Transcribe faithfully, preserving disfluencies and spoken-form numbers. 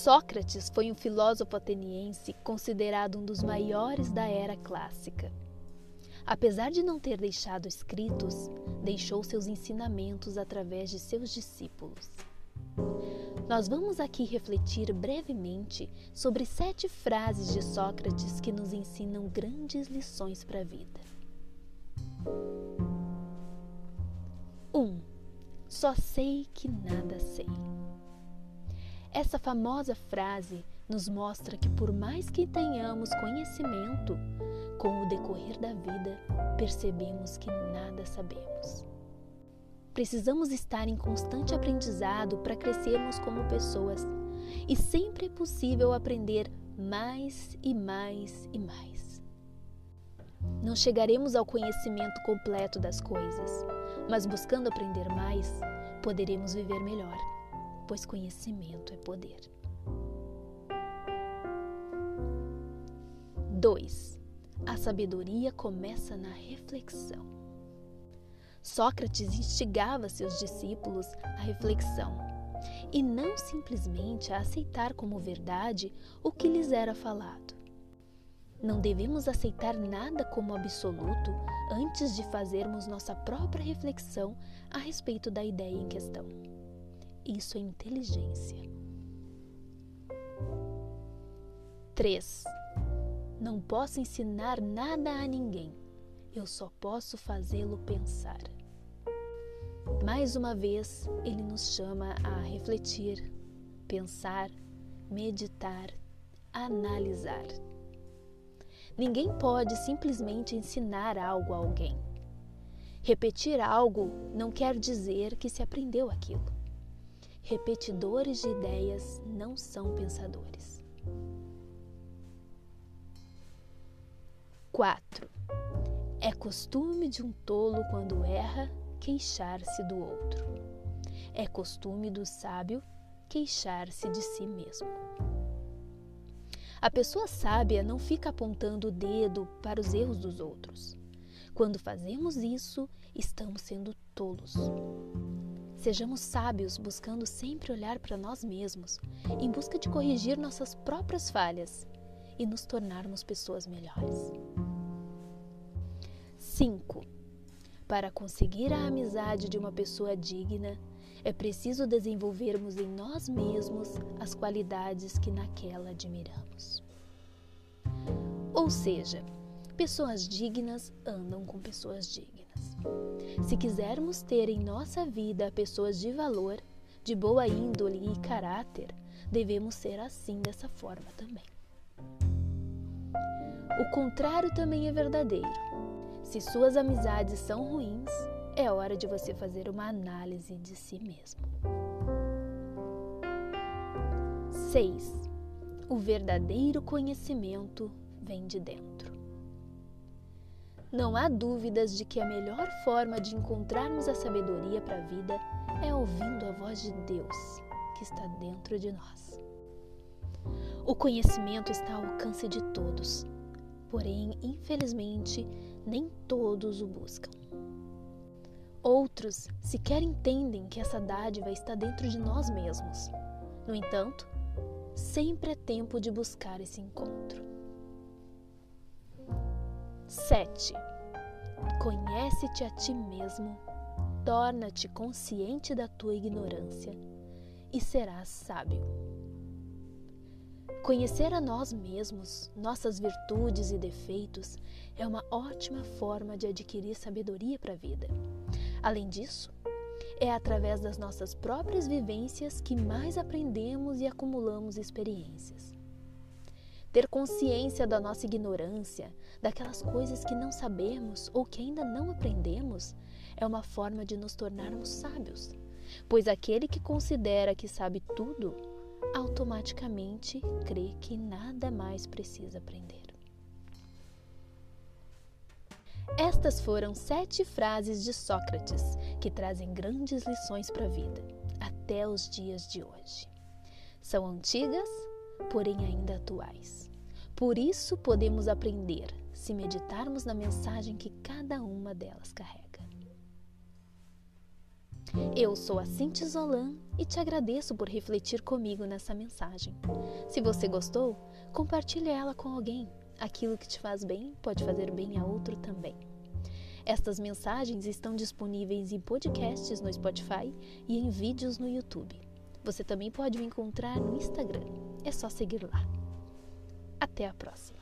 Sócrates foi um filósofo ateniense considerado um dos maiores da era clássica. Apesar de não ter deixado escritos, deixou seus ensinamentos através de seus discípulos. Nós vamos aqui refletir brevemente sobre sete frases de Sócrates que nos ensinam grandes lições para a vida. um. Só sei que nada sei. Essa famosa frase nos mostra que, por mais que tenhamos conhecimento, com o decorrer da vida, percebemos que nada sabemos. Precisamos estar em constante aprendizado para crescermos como pessoas, e sempre é possível aprender mais e mais e mais. Não chegaremos ao conhecimento completo das coisas, mas buscando aprender mais, poderemos viver melhor, pois conhecimento é poder. dois. A sabedoria começa na reflexão. Sócrates instigava seus discípulos à reflexão e não simplesmente a aceitar como verdade o que lhes era falado. Não devemos aceitar nada como absoluto antes de fazermos nossa própria reflexão a respeito da ideia em questão. Isso é inteligência. três. Não posso ensinar nada a ninguém. Eu só posso fazê-lo pensar. Mais uma vez, ele nos chama a refletir, pensar, meditar, analisar. Ninguém pode simplesmente ensinar algo a alguém. Repetir algo não quer dizer que se aprendeu aquilo. Repetidores de ideias não são pensadores. quatro. É costume de um tolo, quando erra, queixar-se do outro. É costume do sábio queixar-se de si mesmo. A pessoa sábia não fica apontando o dedo para os erros dos outros. Quando fazemos isso, estamos sendo tolos. Sejamos sábios, buscando sempre olhar para nós mesmos, em busca de corrigir nossas próprias falhas e nos tornarmos pessoas melhores. cinco. Para conseguir a amizade de uma pessoa digna, é preciso desenvolvermos em nós mesmos as qualidades que naquela admiramos. Ou seja, pessoas dignas andam com pessoas dignas. Se quisermos ter em nossa vida pessoas de valor, de boa índole e caráter, devemos ser assim, dessa forma também. O contrário também é verdadeiro. Se suas amizades são ruins, é hora de você fazer uma análise de si mesmo. seis. O verdadeiro conhecimento vem de dentro. Não há dúvidas de que a melhor forma de encontrarmos a sabedoria para a vida é ouvindo a voz de Deus, que está dentro de nós. O conhecimento está ao alcance de todos, porém, infelizmente, nem todos o buscam. Outros sequer entendem que essa dádiva está dentro de nós mesmos. No entanto, sempre é tempo de buscar esse encontro. sete. Conhece-te a ti mesmo, torna-te consciente da tua ignorância e serás sábio. Conhecer a nós mesmos, nossas virtudes e defeitos, é uma ótima forma de adquirir sabedoria para a vida. Além disso, é através das nossas próprias vivências que mais aprendemos e acumulamos experiências. Ter consciência da nossa ignorância, daquelas coisas que não sabemos ou que ainda não aprendemos, é uma forma de nos tornarmos sábios, pois aquele que considera que sabe tudo, automaticamente crê que nada mais precisa aprender. Estas foram sete frases de Sócrates que trazem grandes lições para a vida, até os dias de hoje. São antigas, porém ainda atuais. Por isso podemos aprender, se meditarmos na mensagem que cada uma delas carrega. Eu sou a Cinti Zolan e te agradeço por refletir comigo nessa mensagem. Se você gostou, compartilhe ela com alguém. Aquilo que te faz bem pode fazer bem a outro também. Estas mensagens estão disponíveis em podcasts no Spotify e em vídeos no YouTube. Você também pode me encontrar no Instagram. É só seguir lá. Até a próxima!